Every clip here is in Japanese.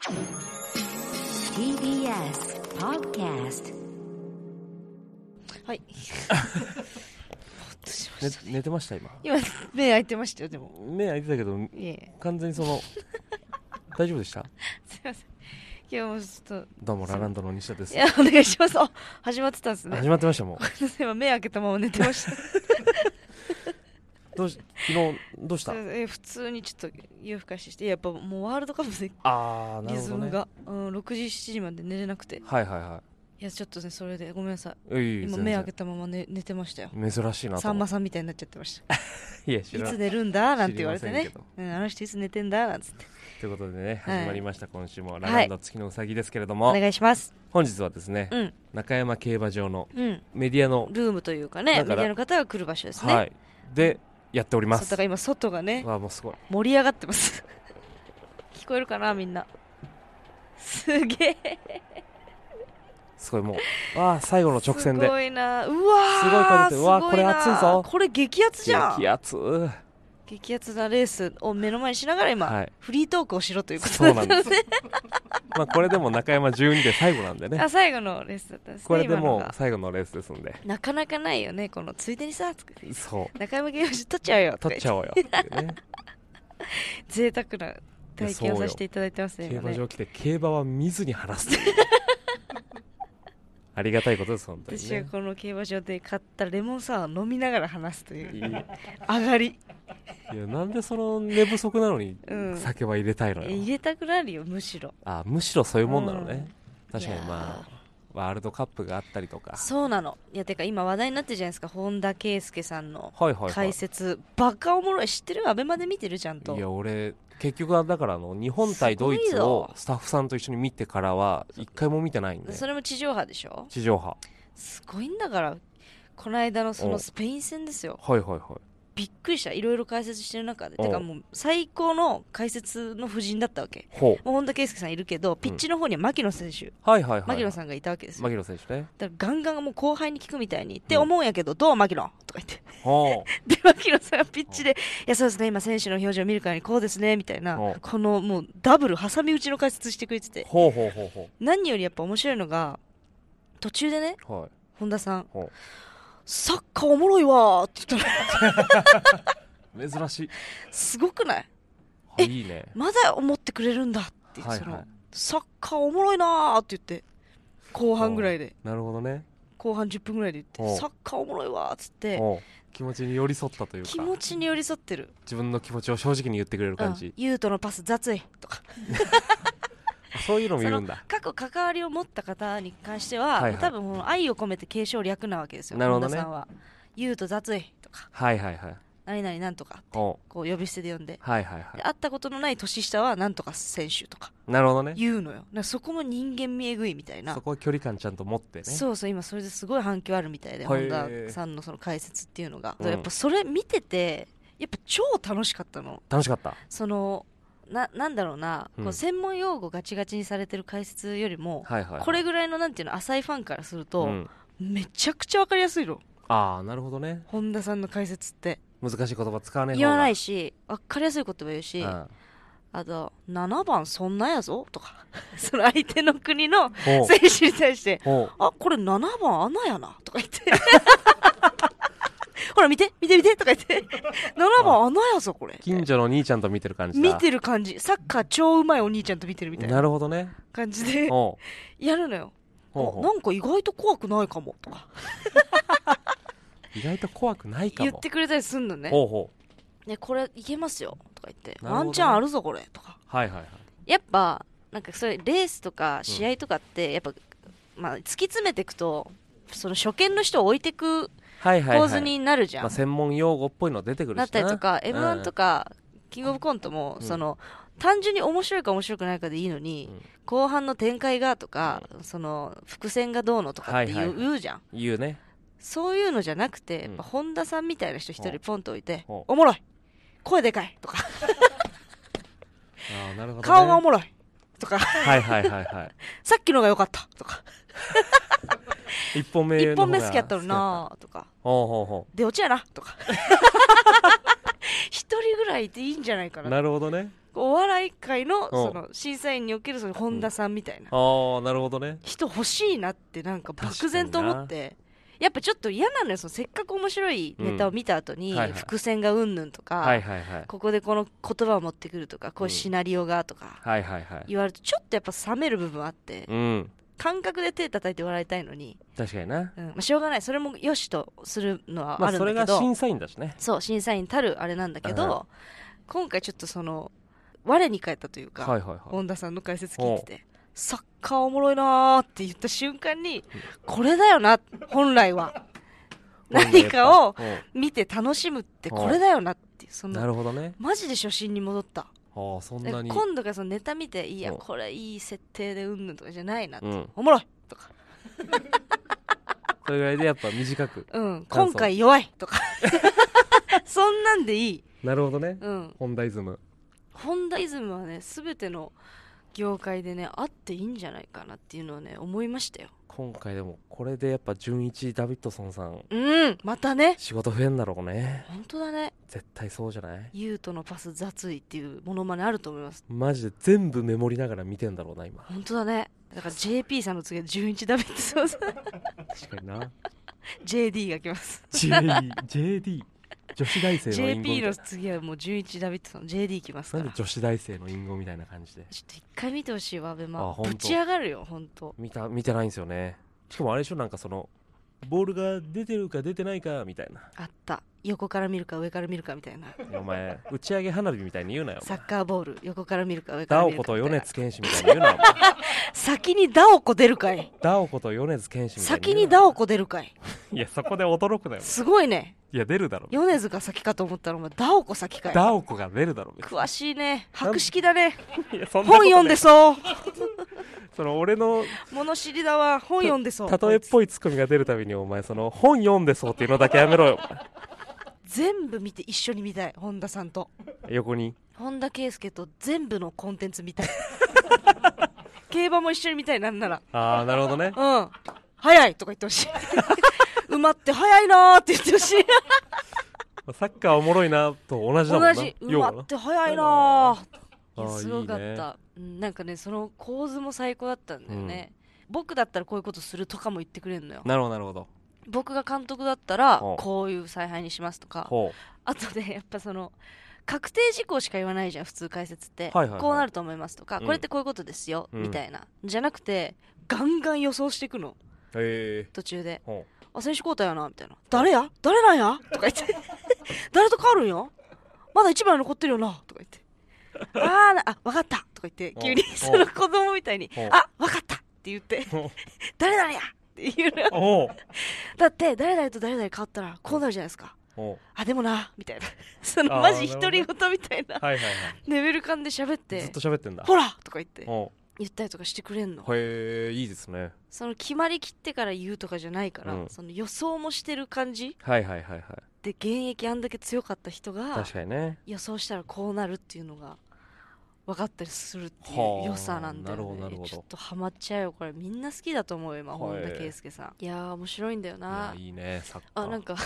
TBS Podcast。 はい。 寝てました今目開いてましたよ。でも目開いてたけど完全に大丈夫でした？ すいません。いやもうちょっとどうもラランドの西田です。 いやお願いします。あ、始まってたんですね。 始まってました。もう今目開けたまま寝てました昨日どうした？ 普通にちょっと夜更かしして、やっぱもうワールドカップでなるほど、ね、 リズムが、6時7時まで寝れなくて、 はいはいはい。 いやちょっとねそれでごめんなさい。今目開けたまま、寝てましたよ。 珍しいなと。 さんまさんみたいになっちゃってましたいやいつ寝るんだなんて言われてね、あの人いつ寝てんだなんつって。 ということでね、 はい、 始まりました。今週もラランド月のうさぎですけれども、 お願いします。 本日はですね、中山競馬場のメディアの、 ルームというかね、メディアの方が来る場所ですね。 はい、でやっております。 だから今外がね、 もうすごい盛り上がってます聞こえるかなみんな。すげえすごい、もう最後の直線ですごいな。うわすごい声出て、うわこれ熱いぞ。 これ激アツじゃん。 激アツなレースを目の前にしながら今、 はい、 フリートークをしろということそうなんですこれでも中山12で最後なんでね。 最後のレースだったんですね。 これでもう最後のレースですんで、 なかなかないよね、このついでにさそう中山競馬場取っちゃうよ取っちゃおうよっていうね贅沢な体験をさせていただいてますね。 競馬場来て競馬は見ずに晴らすというありがたいことです本当にね。 私はこの競馬場で買ったレモンサワーを飲みながら話すという上がり。 いやなんでその寝不足なのに酒は入れたいのよ。 入れたくなるよ、むしろ。 むしろそういうもんなのね、確かに。ワールドカップがあったりとか。 そうなの。いやてか今話題になってるじゃないですか、本田圭佑さんの解説、 はいはいはい、 バカおもろい。知ってる？アベマで見てる？ちゃんと。 いや俺結局はだから日本対ドイツをスタッフさんと一緒に見てからは一回も見てないんで。 それも地上波でしょ？ 地上波。 すごいんだから。この間のそのスペイン戦ですよ。 はいはいはい。 びっくりした。いろいろ解説してる中で、てかもう最高の解説の布陣だったわけ。もう本田圭佑さんいるけど、ピッチの方には牧野選手、牧野さんがいたわけですよ。 牧野選手ね。 だからガンガンもう後輩に聞くみたいにって思うんやけど、どう牧野とか言ってで牧野さんがピッチで、いやそうですね、今選手の表情を見るからにこうですねみたいな、このもうダブル挟み撃ちの解説してくれてて、何よりやっぱ面白いのが途中でね、本田さんサッカーおもろいわって言ったら珍しい。 すごくない？ いいね。 まだ思ってくれるんだっていう、サッカーおもろいなって言って後半ぐらいで、 なるほどね、 後半10分ぐらいで言って、サッカーおもろいわっつって気持ちに寄り添ったというか、 気持ちに寄り添ってる。 自分の気持ちを正直に言ってくれる感じ。 ユートのパス雑いとかそういうのも言うんだ。 各関わりを持った方に関しては、多分愛を込めて継承略なわけですよ。 なるほどね。 本田さんはユート雑いとか、何々なんとかってこう呼び捨てで呼んで、会ったことのない年下はなんとか選手とか言うのよ。そこも人間味えぐいみたいな。 そこは距離感ちゃんと持ってね。 そうそう、今それですごい反響あるみたいで、本田さんのその解説っていうのが、やっぱそれ見ててやっぱ超楽しかったの。 楽しかった。 そのなんだろうな、こう専門用語ガチガチにされてる解説よりも、これぐらいのなんていうの浅いファンからすると、めちゃくちゃ分かりやすいの。 なるほどね。 本田さんの解説って難しい言葉使わない方が言わないし、分かりやすい言葉言うし、あと7番そんなやぞとかその相手の国の選手に対してこれ7番穴やなとか言ってほら見て見て見てとか言って7番穴やぞこれ。 近所の兄ちゃんと見てる感じだ。 見てる感じ。サッカー超うまいお兄ちゃんと見てるみたいな。 なるほどね。 感じでやるのよ。なんか意外と怖くないかもとか意外と怖くないかも言ってくれたりすんのね。ね、これいけますよとか言って、ワンチャンあるぞこれとか。やっぱなんかそれレースとか試合とかってやっぱ、突き詰めていくとその初見の人を置いてく構図になるじゃん。 専門用語っぽいの出てくるしな。 だったりとか M1 とかキングオブコントも、その単純に面白いか面白くないかでいいのに、後半の展開がとか、その伏線がどうのとかって言うじゃん。 言うね。 そういうのじゃなくて、やっぱ本田さんみたいな人一人ポンと置いて、おもろい声でかいとかなるほどね、 顔がおもろいとかさっきのが良かったとか 1本目好きやったのなとかで落ちやなとか一人ぐらいいていいんじゃないかな。 なるほどね。 お笑い界のその審査員におけるその本田さんみたいな、 ああなるほどね。 人欲しいなってなんか漠然と思って、やっぱちょっと嫌なのよ、そのせっかく面白いネタを見た後に、 はいはい伏線がうんぬんとか、 はいはいはい。 ここでこの言葉を持ってくるとか、こういうシナリオがとかはいはいはい。 言われるとちょっとやっぱ冷める部分あって、 うん。 感覚で手叩いて笑いたいのに、 確かにな。 まあ、しょうがない、それもよしとするのはあるんだけど、 それが審査員だしね。 そう審査員たるあれなんだけど、今回ちょっとその我に返ったというか、 はいはいはい。 本田さんの解説聞いてて、サッカーおもろいなーって言った瞬間に、これだよな本来は何かを見て楽しむってこれだよなっていう、そのなるほどね。 マジで初心に戻った。 そんなに今度からそのネタ見て、いやこれいい設定でうんぬんとかじゃないなって、おもろいとかそれぐらいでやっぱ短く、 今回弱いとかそんなんでいい。 なるほどね。ホンダイズムはね、全ての業界でねあっていいんじゃないかなっていうのはね思いましたよ。 今回でもこれでやっぱ純一ダビッドソンさん、 またね仕事増えんだろうね。 本当だね。 絶対そうじゃない？ ユートのパス雑いっていうモノマネあると思います。 マジで全部メモりながら見てんだろうな今。 本当だね。だから JP さんの次は純一ダビッドソンさん確かにな。 JD が来ます。 JD 女子大生の隠語みたい JP の次はもう純一ダビッドソン JD 来ますから。 なんで女子大生の隠語みたいな感じで。 ちょっと一回見てほしいわ。アベマぶち上がるよ本当。 見てないんですよね。しかもあれでしょ、なんかそのボールが出てるか出てないかみたいな、 あった。横から見るか上から見るかみたいな。 お前打ち上げ花火みたいに言うなよ。 サッカーボール横から見るか上から見るかみたいな。 ダオコと米津玄師みたいに言うなよ。 先にダオコ出るかい。 ダオコと米津玄師みたいに先にダオコ出るかい。 いやそこで驚くなよ。 すごいね。 いや出るだろ。 米津が先かと思ったらお前ダオコ先かい。 ダオコが出るだろ。 詳しいね。博識だね。 いやそんな本読んでそう。 その俺の物知りだわ。本読んでそう。 例えっぽいツッコミが出るたびにお前その本読んでそうっていうのだけやめろよ。 全部見て一緒に見たい。本田さんと横に本田圭佑と全部のコンテンツ見たい。競馬も一緒に見たい。なんならああなるほどね。 早いとか言ってほしい。馬って早いなーって言ってほしい。 サッカーおもろいなと同じだもんな。 同じ。馬って早いなー。すごかった。 いいね。 なんかねその構図も最高だったんだよね。僕だったらこういうことするとかも言ってくれるのよ。 なるほどなるほど。 僕が監督だったらこういう采配にしますとか、あとでやっぱその確定事項しか言わないじゃん普通解説って、こうなると思いますとか、これってこういうことですよ、みたいなじゃなくてガンガン予想していくの。途中で選手交代やなみたいな、誰なんやとか言って誰と変わるんよ、まだ1枚残ってるよなとか言って、分かったとか言って急にその子供みたいに分かったって言って誰々やって言うの。だって誰々と誰々変わったらこうなるじゃないですか。でもなみたいな、そのマジ独り言みたいなレベル感で喋って、 ずっと喋ってんだ。 ほらとか言って言ったりとかしてくれんの。 へえいいですね。 その決まりきってから言うとかじゃないから、その予想もしてる感じで、現役あんだけ強かった人が確かにね予想したらこうなるっていうのが分かったりするっていう良さなんだよね。ちょっとハマっちゃうよこれ。みんな好きだと思うよ今本田圭佑さん。いやー面白いんだよな。 いいねサッカー。 なんか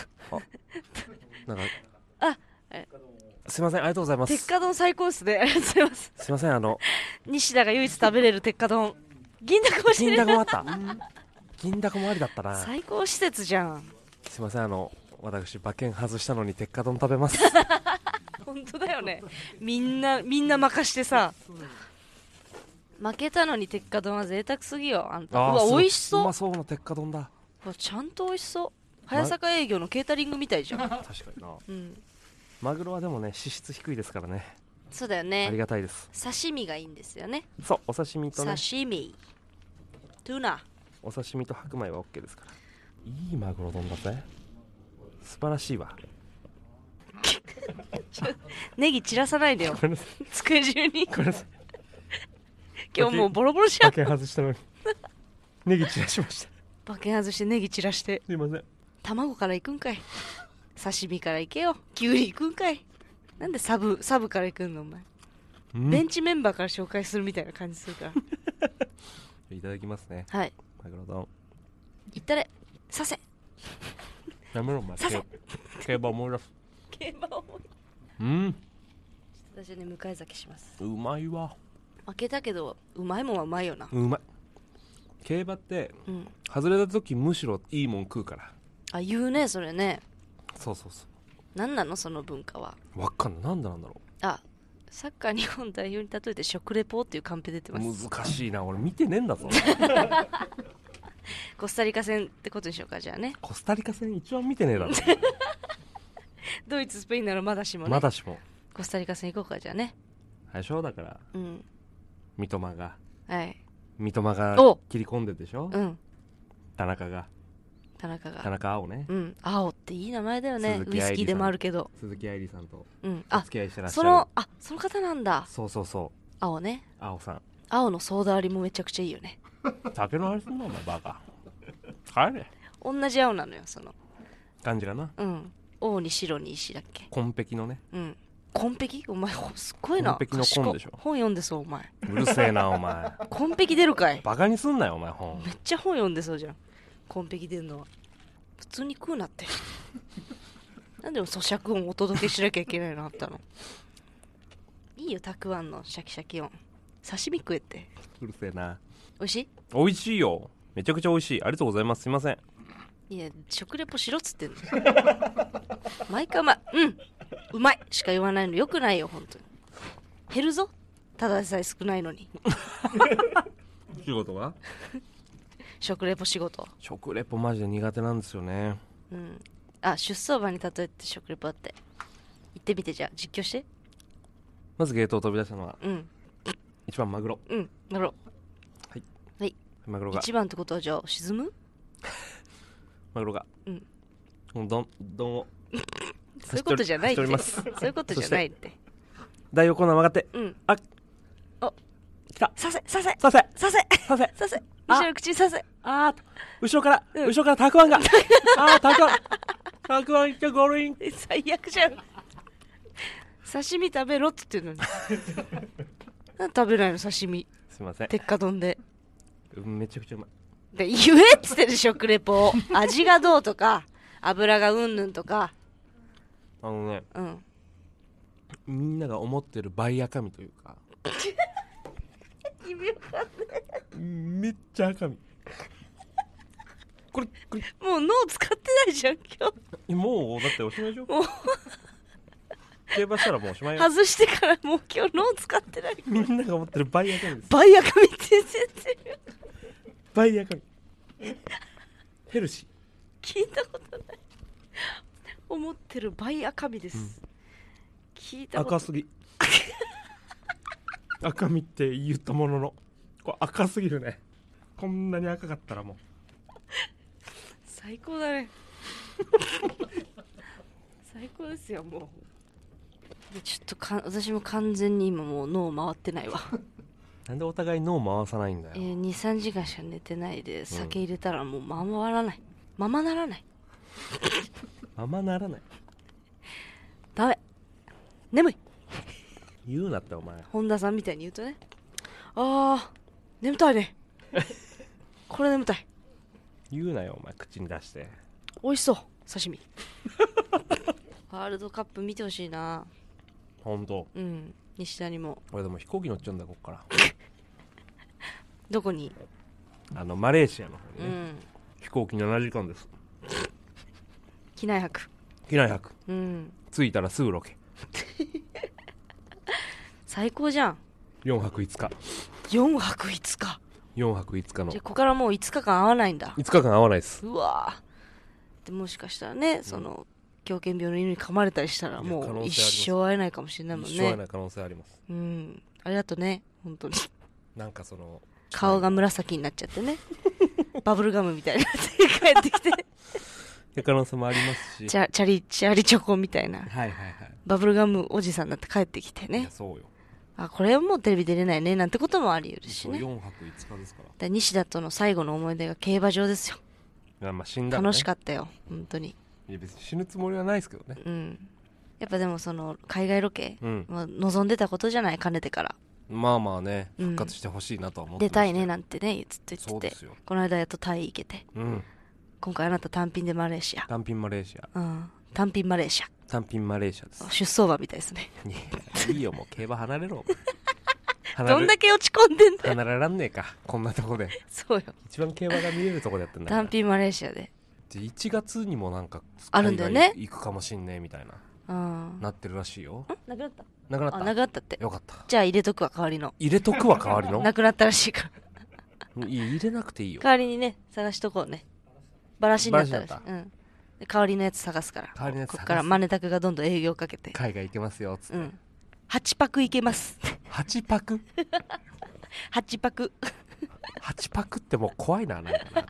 すいませんありがとうございます。 鉄火丼最高ですね。ありがとうございます。 すいません西田が唯一食べれる鉄火丼。銀だこもしてる。 銀だこもあった。銀だこもありだったな。 最高施設じゃん。 すいません私馬券外したのに鉄火丼食べます。 本当だよね。みんな任してさ、負けたのに鉄火丼は贅沢すぎよあんた。うわ美味しそう。 うまそうな鉄火丼だ。 ちゃんと美味しそう。早坂営業のケータリングみたいじゃん。 確かにな。マグロはでもね脂質低いですからね。 そうだよね。 ありがたいです。 刺身がいいんですよね。 そうお刺身とね。 刺身トゥナお刺身と白米は OK ですから。いいマグロ丼だぜ。素晴らしいわ。 ネギ散らさないでよ机中に。 ごめんなさい今日もうボロボロじゃん。 馬券外したのにネギ散らしました。 馬券外してネギ散らして。 すいません。 卵から行くんかい。刺身から行けよ。キュウリ行くんかい。なんでサブから行くんのお前。ベンチメンバーから紹介するみたいな感じするからいただきますね。 はいマグロ丼いったれ刺せやめろお前。 刺せ競馬思い出す。 競馬思い私はね向かい酒します。 うまいわ。 負けたけどうまいもんはうまいよな。 うまい。競馬って、 うん、 外れた時むしろいいもん食うから。 あ、言うねそれね。 そうそうそう。 何なのその文化は。 わかんない。なんでなんだろう。 あ、サッカー日本代表に例えて食レポっていうカンペ出てます。 難しいな、俺見てねえんだぞ。 コスタリカ戦ってことにしようか。じゃあね。 コスタリカ戦一番見てねえだろ。 ドイツスペインならまだしもね。 まだしもコスタリカ戦行こうか。じゃあね。 最初だから、 うん、 三笘がお切り込んででしょ、 うん、 田中碧ね、 うん、青っていい名前だよね。ウイスキーでもあるけど鈴木愛理さんとお付き合いしてらっしゃる、 その方なんだ。 そう青ね。 青さん。 青のソーダ割りもめちゃくちゃいいよね。 酒のあれすんのお前バカ。帰れ。 同じ青なのよその感じかな。 青に白に石だっけ。 紺碧のね。 紺碧。お前すっごいな。 紺碧の紺でしょ。 本読んでそうお前。 うるせえなお前。 紺碧出るかい。 バカにすんなよお前。本めっちゃ本読んでそうじゃん。紺碧出るのは普通に食うなって。なんでも咀嚼音をお届けしなきゃいけないのあったの。いいよたくあんのシャキシャキ音。刺身食えって。 うるせえな。 美味しい？ 美味しいよ。めちゃくちゃ美味しい。ありがとうございます。すいません。 いや食レポしろっつってんの。毎回うまいしか言わないのよくないよ本当に。減るぞただでさえ少ないのに。 仕事は食レポ仕事。 食レポマジで苦手なんですよね。 あ、出走馬に例えて食レポだって言ってみて。じゃあ実況して。 まずゲートを飛び出したのは、1番マグロ。 マグロ。はい。 マグロが 1番ってことはじゃあ沈む。 マグロが丼をそういうことじゃないって。そういうことじゃないって。 大横の曲がって、あ、来た。 させ後ろ口にさせ。 後ろからたくあんが。たくあんいってゴールイン。 最悪じゃん。刺身食べろって言ってるのに。なんで食べないの刺身。 すいません。 鉄火丼で。 めちゃくちゃうまい。 で言えっつってる食レポ。味がどうとか油がうんぬんとか。 みんなが思ってる倍赤身というか。 意味わかんない。 めっちゃ赤身。これもう脳使ってないじゃん今日。 もうだっておしまいでしょ。競馬したらもうおしまいよ。 外してからもう今日脳使ってない。 みんなが思ってる倍赤身です。 倍赤身って全然。 倍赤身。ヘルシー。聞いたことない。思ってる倍赤身です。聞いたこと。 赤すぎ。赤身って言ったものの、これ赤すぎるね。こんなに赤かったらもう最高だね。最高ですよもう。ちょっと私も完全に今もう脳回ってないわ。 なんでお互い脳回さないんだよ。 2、3時間しか寝てないで酒入れたらもう回らない。ままならない。 ままならない。 ダメ。眠い。 言うなってお前。 本田さんみたいに言うとね。眠たいね。これ眠たい。 言うなよお前口に出して。 美味しそう刺身。ワールドカップ見てほしいな。 ほんと。 西田にも。 俺でも飛行機乗っちゃうんだこっから。 どこに？ マレーシアの方にね、飛行機7時間です。 機内泊。 着いたらすぐロケ。 最高じゃん。 4泊5日。 4泊5日。 4泊5日の。 じゃあここからもう5日間会わないんだ。 5日間会わないです。 うわでもしかしたらね、その狂犬病の犬に噛まれたりしたらもう一生会えないかもしれないもんね。 一生会えない可能性あります。 ありがとうね本当に。 なんかその顔が紫になっちゃってね。バブルガムみたいになって帰ってきて。 可能性もありますし。 チャリチョコみたいな。バブルガムおじさんになって帰ってきてね。 いやそうよ。 これはもうテレビ出れないねなんてこともあり得るしね。 4泊5日ですから。 西田との最後の思い出が競馬場ですよ。 死んだね。 楽しかったよ本当に。 いや別に死ぬつもりはないですけどね。 やっぱでもその海外ロケ、望んでたことじゃないかねてから。 まあね復活してほしいなとは思ってました。 出たいねなんてねずっと言ってて。 そうですよ。 この間やっとタイ行けて。今回あなた単品でマレーシア。 単品マレーシア。 単品マレーシア。 単品マレーシアです。 出走馬みたいですね。 いいよ、もう競馬離れろ。 どんだけ落ち込んでんだよ。 離れらんねえか、こんなとこで。 そうよ。 一番競馬が見えるとこでやってんだから。 単品マレーシアで。 1月にもなんかあるんだよね。 行くかもしんねえみたいな、なってるらしいよ。 なくなった。 なくなった。 なくなったって。 よかった。 じゃあ入れとくわ、代わりの。 入れとくわ、代わりの。 なくなったらしいから。 入れなくていいよ。 代わりにね、探しとこうね。バラシになったらしい。うん。代わりのやつ探すから。 代わりのやつ探す。 こっからマネタクがどんどん営業かけて。 海外行けますよ、つって。 8パクいけます。 8パク 8パク。 8パクってもう怖いな、なんかな。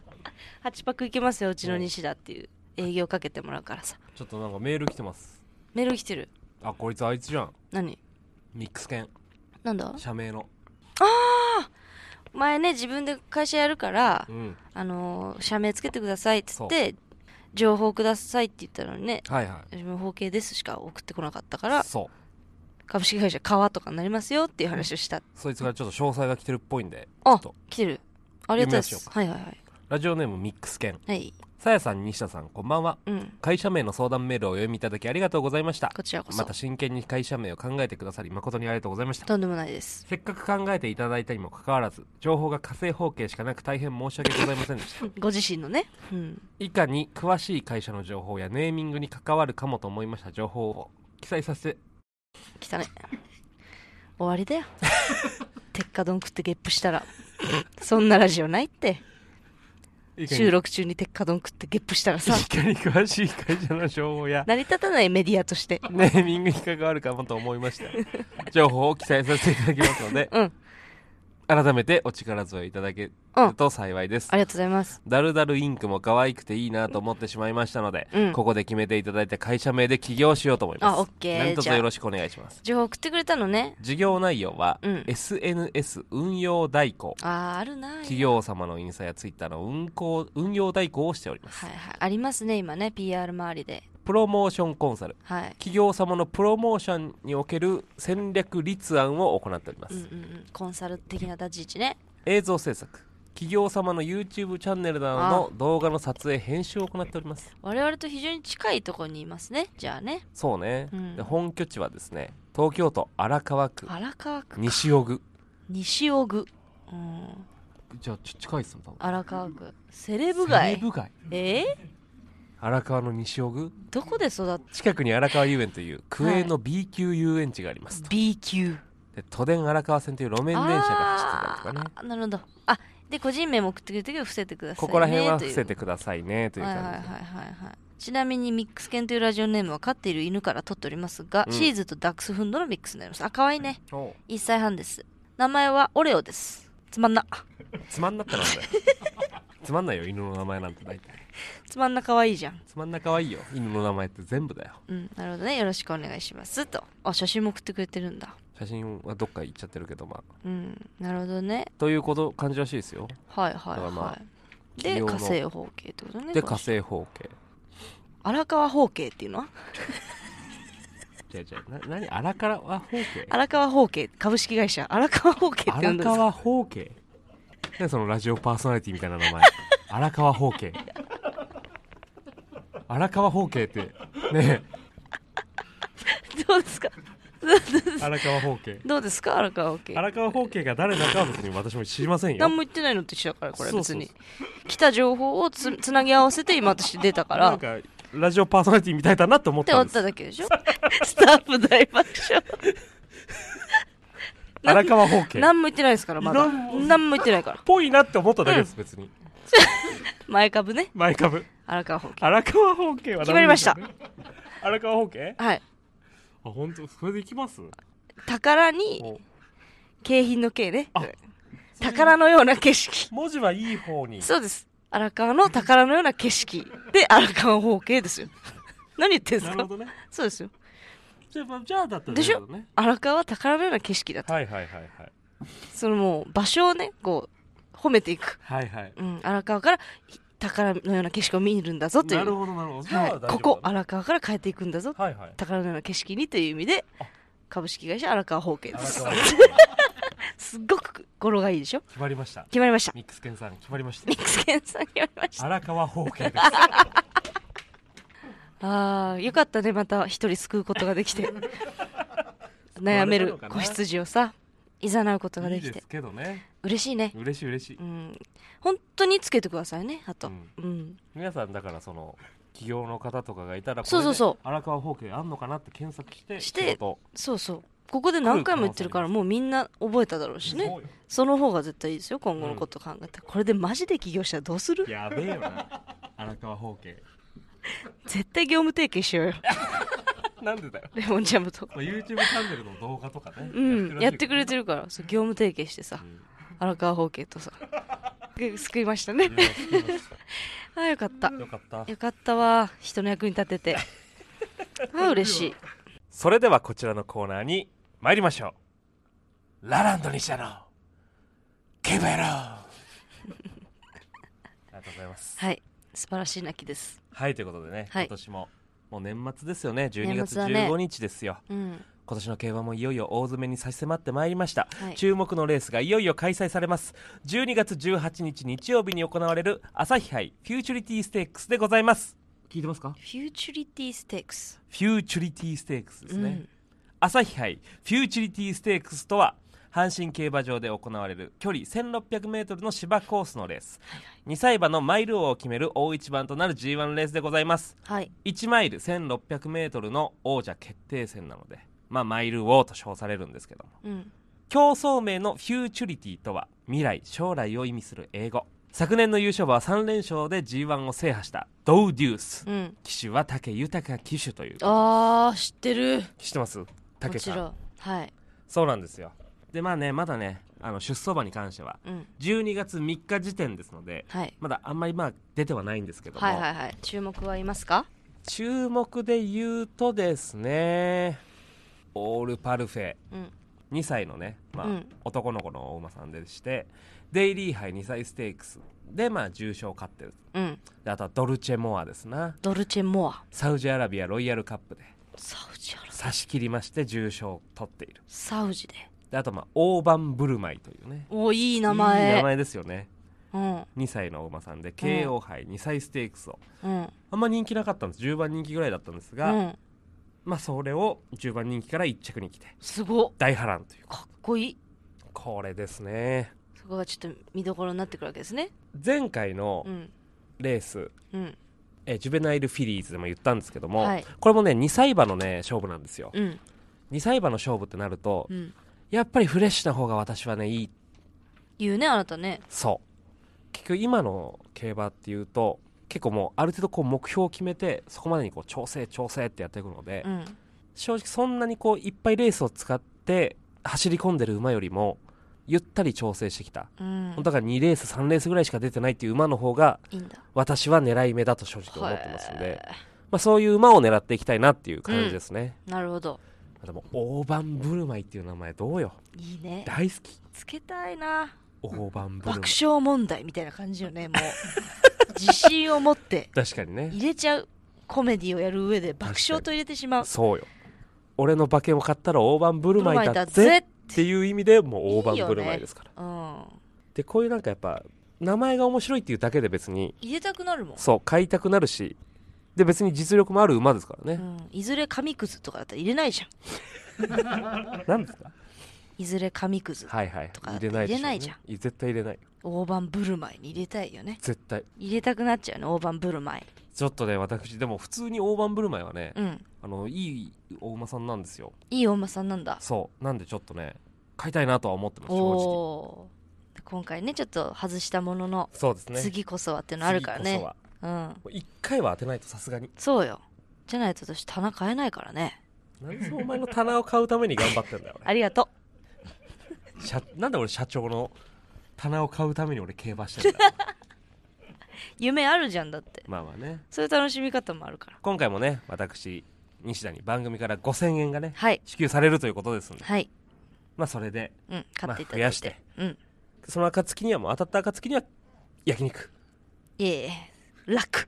8パクいけますよ、うちの西田っていう営業かけてもらうからさ。 ちょっとなんかメール来てます。 メール来てる。 あ、こいつあいつじゃん。 何？ ミックス犬。 なんだ？ 社名の。 ああ、前ね、自分で会社やるから、社名つけてくださいっつって情報くださいって言ったのにね、 はいはい、 自分包茎ですしか送ってこなかったから、 そう、 株式会社川とかになりますよっていう話をした。 そいつからちょっと詳細が来てるっぽいんで、 あ、来てる。ありがとうございます。はいはいはい。 ラジオネームミックス犬。 はい。 さやさん、西田さん、こんばんは。会社名の相談メールをお読みいただきありがとうございました。 こちらこそ。 また真剣に会社名を考えてくださり誠にありがとうございました。 とんでもないです。 せっかく考えていただいたにもかかわらず情報が火星方形しかなく大変申し訳ございませんでしたご自身のね、 以下に詳しい会社の情報やネーミングに関わるかもと思いました情報を記載させて。 来たね。終わりだよ。鉄火丼食ってゲップしたらそんなラジオないって。収録中に鉄火丼食ってゲップしたらさ、 いかに詳しい会社の情報や成り立たないメディアとしてネーミングに関わるかもと思いました情報を記載させていただきますので、改めてお力添えいただけると幸いです、 ありがとうございます。 ダルダルインクも可愛くていいなと思ってしまいましたので、ここで決めていただいた会社名で起業しようと思います。 あ、オッケー。 何卒よろしくお願いします。 情報送ってくれたのね。 事業内容は、SNS 運用代行。 あるな。 企業様のインスタやツイッターの運用代行をしております。 はいはい、ありますね今ね、 PR 周りで。 プロモーションコンサル、企業様のプロモーションにおける戦略立案を行っております、 コンサル的な立ち位置ね。 映像制作、企業様の YouTube チャンネルなどの動画の撮影編集を行っております。 我々と非常に近いところにいますね。じゃあね。 そうね、で本拠地はですね、東京都荒川区西尾具。 西尾具、 じゃあ近いっすもん。 荒川区セレブ街。 荒川の西尾具、 どこで育った？ 近くに荒川遊園という区営の B 級遊園地がありますと。 B 級で都電荒川線という路面電車が走ってたりとかね。 なるほど。あ、で個人名も送ってくれるときは伏せてくださいね。 ここら辺は伏せてくださいねという感じで。 ちなみにミックス犬というラジオネームは飼っている犬から取っておりますが、シーズとダックスフンドのミックスになります。あ、かわいいね。1歳半です。名前はオレオです。つまんな。 つまんなってなんだよつまんないよ、犬の名前なんて大体。 つまんなかわいいじゃん。 つまんなかわいいよ、犬の名前って全部だよ。 なるほどね。よろしくお願いしますと。あ、写真も送ってくれてるんだ。 写真はどっか行っちゃってるけど、まあなるほどね。 という感じらしいですよ。 はいはいはい。で火星方形ってことね。 で火星方形、 荒川方形っていうのは何荒川方形。 荒川方形株式会社荒川方形って言うんですか。 荒川方形、何そのラジオパーソナリティみたいな名前荒川方形荒川方形ってねえどうですか荒川方形どうですか。荒川方形、 荒川方形が誰だかは別に私も知りませんよ。 何も言ってないのって一緒だから、これ別に来た情報をつなぎ合わせて今私出たから、 なんかラジオパーソナリティみたいだなと思ったんです。 って思っただけでしょスタッフ大爆笑荒川方形何も言ってないですから、まだ何も言ってないからぽいなって思っただけです、別に前株ね、 前株荒川方形。 荒川方形は決まりました。 荒川方形、 はい。 あ、本当、それでいきます。 宝に景品の景ね、宝のような景色。 文字はいい方に。 そうです。荒川の宝のような景色で荒川方形ですよ何言ってんすか。 なるほどね。 そうですよ。 じゃあだったらでしょ、荒川は宝のような景色だと。 はいはいはいはい。 そのもう場所をね、こう褒めていく。 はいはい。 荒川から宝のような景色を見るんだぞという。 なるほどなるほど。 ここ荒川から変えていくんだぞ、宝のような景色にという意味で株式会社荒川方形です。すっごく語呂がいいでしょ。 決まりました。 決まりました。 ミックスケンさん決まりました。 ミックスケンさん決まりました。 荒川方形ですああ、よかったね、また一人救うことができて悩める子羊をさいざなうことができていいですけどね。 嬉しいね。 嬉しい、 うん、本当につけてくださいね。あと、 皆さんだからその企業の方とかがいたらそう荒川包茎あんのかなって検索してそうここで何回も言ってるからもうみんな覚えただろうしね。その方が絶対いいですよ、今後のこと考えたら。これでマジで起業したらどうする？ やべえよな荒川包茎絶対業務提携しようよなんでだよ。 レモンジャムと、 YouTube チャンネルの動画とかね、 やってくれてるから、そう業務提携してさ、荒川包茎とさ救いましたねあ、よかったわ、人の役に立ててあ、嬉しい。 それではこちらのコーナーに参りましょう。ラランド西田のケバロありがとうございます。 はい、素晴らしい泣きです。 はい、ということでね、 はい、 今年ももう年末ですよね。12月15日ですよ、今年の競馬もいよいよ大詰めに差し迫ってまいりました、注目のレースがいよいよ開催されます。12月18日日曜日に行われる朝日杯フューチュリティステークスでございます。聞いてますか？ フューチュリティステークス、 フューチュリティステークスですね、朝日杯フューチュリティステークスとは阪神競馬場で行われる距離 1600m の芝コースのレース、2歳馬のマイル王を決める大一番となる G1 レースでございます、1マイル 1600m の王者決定戦なので、マイル王と称されるんですけども、競走名のフューチュリティとは未来将来を意味する英語。昨年の優勝馬は3連勝で G1 を制覇したドウデュース、騎手は武豊騎手という。 知ってる。 知ってます？武さん。 もちろん、はい、 そうなんですよ。でまだね出走馬に関しては、12月3日時点ですので、まだあんまり出てはないんですけども、 注目はいますか？ 注目で言うとですね、オールパルフェ、2歳のね、男の子のお馬さんでして、デイリー杯2歳ステークスで重賞を勝ってる、であとはドルチェモアですな。 ドルチェモア、 サウジアラビアロイヤルカップでサウジアラビア差し切りまして重賞を取っている。 サウジであとオーバンブルマイというね、 いい名前、 いい名前ですよね、2歳のお馬さんで KO 杯2歳ステークスを、あんま人気なかったんです。10番人気ぐらいだったんですが、それを10番人気から1着に来て、 すごっ、 大波乱という、 かっこいい。 これですね。 そこがちょっと見どころになってくるわけですね。 前回のレース、ジュベナイルフィリーズでも言ったんですけども、これもね2歳馬のね勝負なんですよ、2歳馬の勝負ってなると、やっぱりフレッシュな方が私はねいい言うね、あなたね。 そう結局今の競馬っていうと結構もうある程度目標を決めてそこまでに調整ってやっていくので、正直そんなにいっぱいレースを使って走り込んでる馬よりもゆったり調整してきた、だから2レース3レースぐらいしか出てないっていう馬の方が私は狙い目だと正直思ってますので、そういう馬を狙っていきたいなっていう感じですね、 なるほど。 でも大盤振る舞いっていう名前どうよ。 いいね、 大好き。 つけたいな。 大盤振る舞い、 爆笑問題みたいな感じよね。もう自信を持って確かにね入れちゃう。コメディをやる上で爆笑と入れてしまう。 そうよ、俺の馬券を買ったら大盤振る舞いだぜっていう意味でもう大盤振る舞いですから。でこういうやっぱ名前が面白いっていうだけで別に入れたくなるもん。 そう買いたくなるし、で別に実力もある馬ですからね、 いずれ紙くずとかだったら入れないじゃん何ですか？ いずれ紙くずとか入れないじゃん、 絶対入れない。 大盤振る舞いに入れたいよね。 絶対入れたくなっちゃうね、大盤振る舞い。 ちょっとね私でも普通に大盤振る舞いはね、いいお馬さんなんですよ。 いいお馬さんなんだ。 そうなんでちょっとね買いたいなとは思ってます正直。 今回ねちょっと外したものの、 そうですね、 次こそはっていうのあるからね。 1回は当てないとさすがに。 そうよ、じゃないと私棚買えないからね。 なんでお前の棚を買うために頑張ってんだよありがとうなんで俺社長の棚を買うために俺競馬してんだよ夢あるじゃん、だってね、 そういう楽しみ方もあるから。 今回もね私西田に番組から5000円がね、 はい、 支給されるということですので、 はい、 それで、 買っていただいて、 増やして、その暁にはもう当たった暁には焼肉。 いえ楽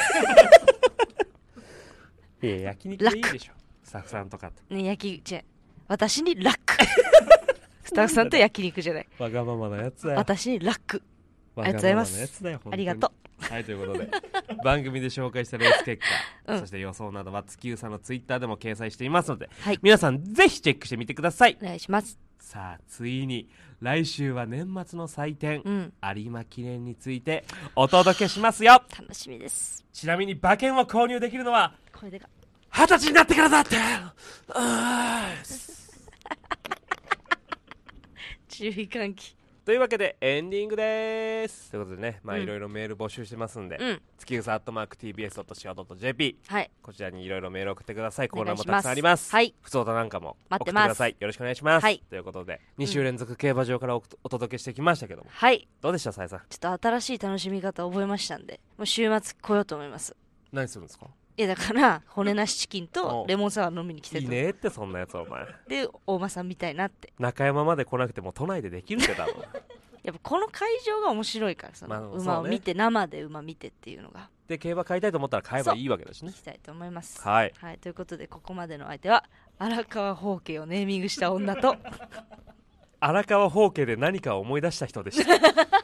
いや焼肉でいいでしょ、スタッフさんとかとね。私に楽スタッフさんと焼肉じゃない、 わがままなやつだよ。 私に楽。ありがとうございます。ありがとう。 はい、ということで番組で紹介したレース結果、 うんそして予想などは月うさんのツイッターでも掲載していますので、 はい皆さんぜひチェックしてみてください。 お願いします。 さあついに来週は年末の祭典、 うん有馬記念についてお届けしますよ。 楽しみです。 ちなみに馬券を購入できるのはこれでか 20歳になってからだって注意喚起。 というわけでエンディングです。ということでね、まあうんいろいろメール募集してますんで、 うん月うさ@tbs.co.jp はい、 こちらにいろいろメール送ってください。コーナーもお願いしたますくさんあります。 はい、 ふつおたなんかも送ってく待ってますださい。よろしくお願いします。 はいということで2週連続競馬場からお届けしてきましたけども、 はい、 どうでしたさえさん。 ちょっと新しい楽しみ方覚えましたんで、もう週末来ようと思います。 何するんですか。 いやだから骨なしチキンとおレモンサワー飲みに来ていいねってそんなやつお前で大間さんみたいなって。 中山まで来なくても都内でできるってだろやっぱこの会場が面白いから、そのまあ馬を見て、生で馬見てっていうのがで競馬買いたいと思ったら買えばいいわけだしね聞きたいと思います。 はいはい、ということでここまでの相手は荒川宝慶をネーミングした女と荒川宝慶で何かを思い出した人でした